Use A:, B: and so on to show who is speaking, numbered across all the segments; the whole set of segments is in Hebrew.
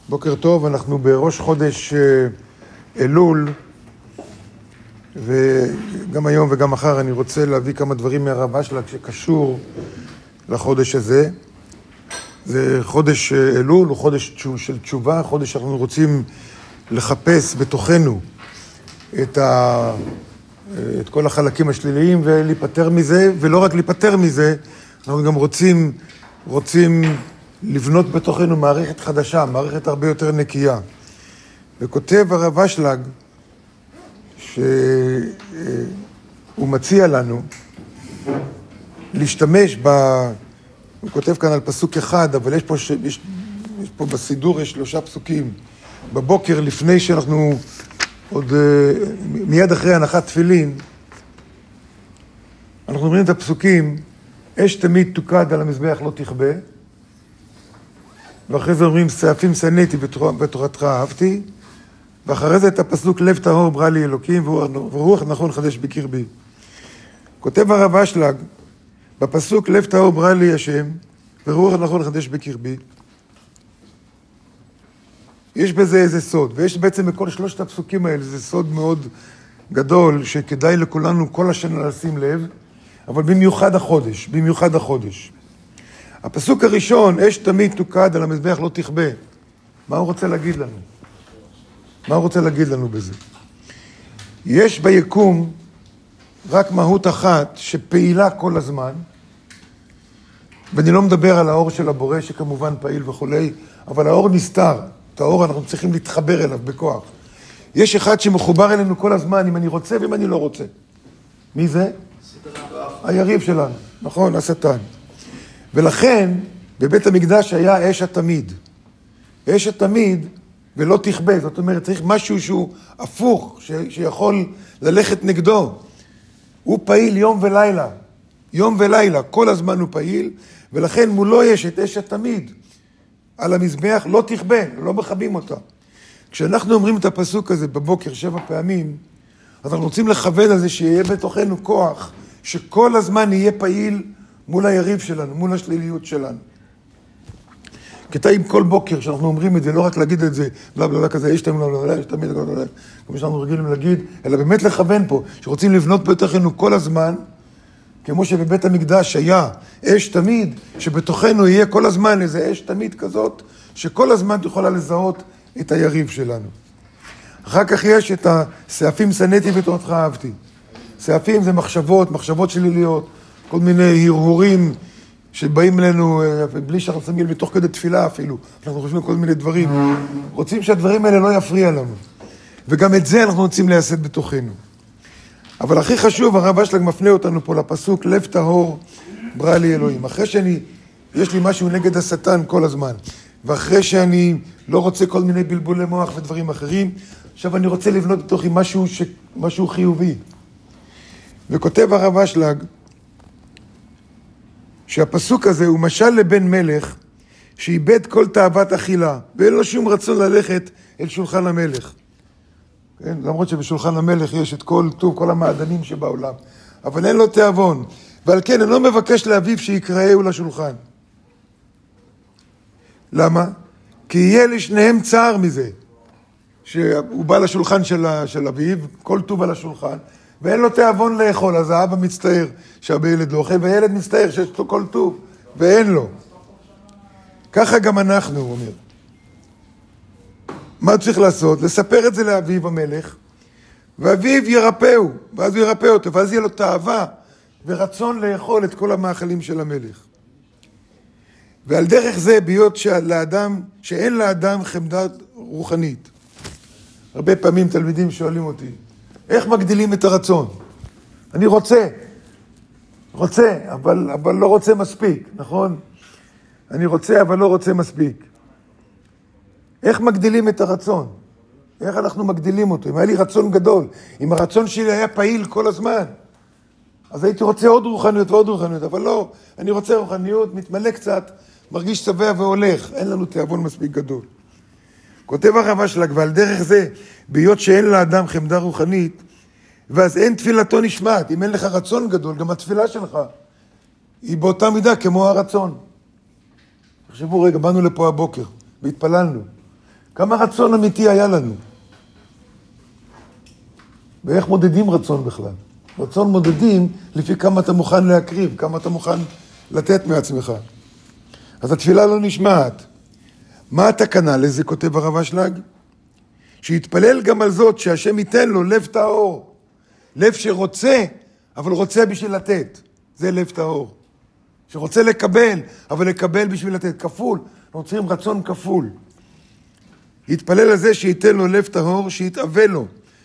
A: בוקר טוב, אנחנו בראש חודש אלול, וגם היום וגם מחר אני רוצה להביא כמה דברים מהרב אשלג שקשור לחודש הזה. זה חודש אלול, הוא חודש של תשובה, חודש שאנחנו רוצים לחפש בתוכנו את כל החלקים השליליים ולהיפטר מזה, ולא רק להיפטר מזה, אנחנו גם רוצים לבנות בתוכנו מערכת חדשה, מערכת הרבה יותר נקייה. וכותב הרב אשלג שהוא מציע לנו להשתמש הוא כותב כאן על פסוק אחד, אבל יש פה בסידור יש 3 פסוקים. בבוקר לפני שאנחנו עוד מיד אחרי הנחת תפילין, אנחנו אומרים את הפסוקים, אש תמיד תוקד על המזבח לא תכבה, ואחרי זה אומרים, שעפים שנאתי בתורתך אהבתי, ואחרי זה את הפסוק, לב טהור ברא לי אלוקים, ורוח נכון חדש בקרבי. כותב הרב אשלג, בפסוק, לב טהור ברא לי השם, ורוח נכון חדש בקרבי, יש בזה איזה סוד, ויש בעצם בכל 3 הפסוקים האלה, זה סוד מאוד גדול, שכדאי לכולנו כל השנה לשים לב, אבל במיוחד החודש. הפסוק הראשון, אש תמיד תוקד על המזבח לא תכבה. מה הוא רוצה להגיד לנו? בזה? יש ביקום רק מהות אחת שפעילה כל הזמן, ואני לא מדבר על האור של הבורא שכמובן פעיל וכולי, אבל האור נסתר. את האור אנחנו צריכים להתחבר אליו בכוח. יש אחד שמחובר אלינו כל הזמן, אם אני רוצה ואם אני לא רוצה. מי זה? היריב שלנו, נכון? השטן. ולכן, בבית המקדש היה אש התמיד ולא תכבה. זאת אומרת, צריך משהו שהוא הפוך, שיכול ללכת נגדו. הוא פעיל יום ולילה, כל הזמן הוא פעיל, ולכן מולו יש את אש התמיד. על המזבח לא תכבה, לא מכבים אותה. כשאנחנו אומרים את הפסוק הזה בבוקר 7 פעמים, אז אנחנו רוצים לכוון על זה שיהיה בתוכנו כוח, שכל הזמן יהיה פעיל מול היריב שלנו, מול השליליות שלנו. כתאים כל בוקר שאנחנו אומרים את זה, לא רק להגיד את זה, כזה, יש תמיד, כמו שאנחנו רגילים להגיד, אלא באמת לכוון פה, שרוצים לבנות בתוכנו כל הזמן, כמו שבבית המקדש היה אש תמיד, שבתוכנו יהיה כל הזמן איזה אש תמיד כזאת, שכל הזמן תוכלה לזהות את היריב שלנו. אחר כך יש את השעפים שנאתי בתורתך אהבתי. שעפים זה מחשבות שליליות, כל מיני הרהורים שבאים אלינו, בלי שאנחנו שמים לב, בתוך כדי תפילה אפילו. אנחנו חושבים כל מיני דברים. רוצים שהדברים האלה לא יפריע לנו. וגם את זה אנחנו רוצים לייסד בתוכנו. אבל הכי חשוב, הרב אשלג מפנה אותנו פה לפסוק, לב טהור ברא לי אלוהים. אחרי יש לי משהו נגד השטן כל הזמן, ואחרי שאני לא רוצה כל מיני בלבולי מוח ודברים אחרים, עכשיו אני רוצה לבנות בתוכי משהו חיובי. וכותב הרב אשלג, שהפסוק הזה הוא משל לבן מלך, שאיבד כל תאוות אכילה, ואין לו שום רצון ללכת אל שולחן המלך. כן? למרות שבשולחן המלך יש את כל המעדנים שבעולם, אבל אין לו תאבון, ועל כן אינו מבקש לאביו שיקראהו לשולחן. למה? כי יהיה לשניהם צער מזה, שהוא בא לשולחן של אביו, כל טוב על השולחן, ואין לו תאבון לאכול, אז האבא מצטער שהרבה ילד לא אוכל, והילד מצטער שיש לו כל טוב, ואין לו. ככה גם אנחנו, הוא אומר. מה צריך לעשות? לספר את זה לאביו המלך, ואביו ירפאו, ואז הוא ירפא אותו, ואז יהיה לו תאווה ורצון לאכול את כל המאכלים של המלך. ועל דרך זה, ביות שאין לאדם חמדה רוחנית. הרבה פעמים תלמידים שואלים אותי, איך מגדילים את הרצון? אני רוצה, אבל לא רוצה מספיק, נכון? אני רוצה, אבל לא רוצה מספיק. איך מגדילים את הרצון? איך אנחנו מגדילים אותו? אם היה לי רצון גדול, אם הרצון שלי היה פעיל כל הזמן, אז הייתי רוצה עוד רוחניות ועוד רוחניות, אבל לא, אני רוצה רוחניות, מתמלא קצת, מרגיש שבע והולך, אין לנו תאבון מספיק גדול. כותב הרב אשלג, ועל דרך זה, ביות שאין לאדם חמדה רוחנית, ואז אין תפילתו נשמעת. אם אין לך רצון גדול, גם התפילה שלך היא באותה מידה כמו הרצון. תחשבו רגע, באנו לפה הבוקר והתפללנו. כמה רצון אמיתי היה לנו. ואיך מודדים רצון בכלל? רצון מודדים לפי כמה אתה מוכן להקריב, כמה אתה מוכן לתת מעצמך. אז התפילה לא נשמעת. מה התקנה לזה, כותב הרב אשלג? שיתפלל גם על זאת שהשם ייתן לו לב טהור. לב שרוצה, אבל רוצה בשביל לתת. זה לב טהור. שרוצה לקבל, אבל לקבל בשביל לתת. כפול. אנחנו צריכים רצון כפול. יתפלל על זה שייתן לו לב טהור, שיתאווה לו.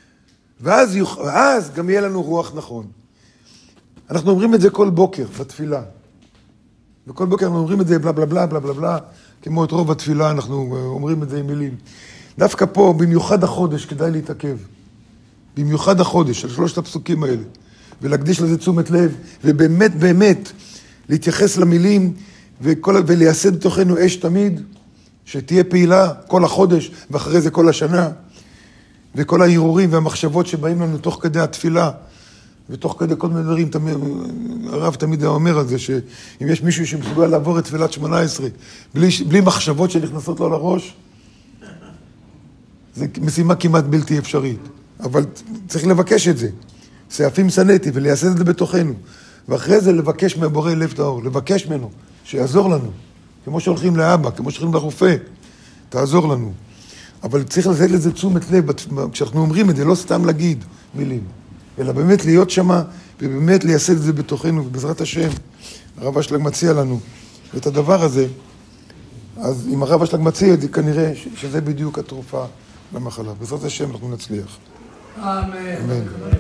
A: ואז גם יהיה לנו רוח נכון. אנחנו אומרים את זה כל בוקר בתפילה. וכל בוקר אנחנו אומרים את זה בלה בלה בלה בלה בלה בלה, כמו את רוב התפילה אנחנו אומרים את זה עם מילים. דווקא פה, במיוחד החודש, כדאי להתעכב. במיוחד החודש, על 3 הפסוקים האלה. ולהקדיש לזה תשומת לב, ובאמת באמת להתייחס למילים, ולייסד בתוכנו אש תמיד, שתהיה פעילה כל החודש, ואחרי זה כל השנה. וכל ההרהורים והמחשבות שבאים לנו תוך כדי התפילה, ותוך כדי כל מיני דברים, הרב תמיד היה אומר על זה, שאם יש מישהו שמסוגל לעבור את תפילת 18, בלי מחשבות שנכנסות לו לראש, זה משימה כמעט בלתי אפשרית. אבל צריך לבקש את זה. סעפים שנאתי, ולייסד את זה בתוכנו. ואחרי זה לבקש מהבורא לב טהור, לבקש ממנו, שיעזור לנו. כמו שהולכים לאבא, כמו שהולכים לרופא, תעזור לנו. אבל צריך לתת לזה תשומת לב, כשאנחנו אומרים את זה, לא סתם להגיד מילים, אלא באמת להיות שמה, ובאמת לייסד את זה בתוכנו, ובעזרת השם, הרב אשלג מציע לנו את הדבר הזה, אז אם הרב אשלג מציע את זה, כנראה שזה בדיוק התרופה למחלה. בעזרת השם אנחנו נצליח.
B: אמן.
A: אמן.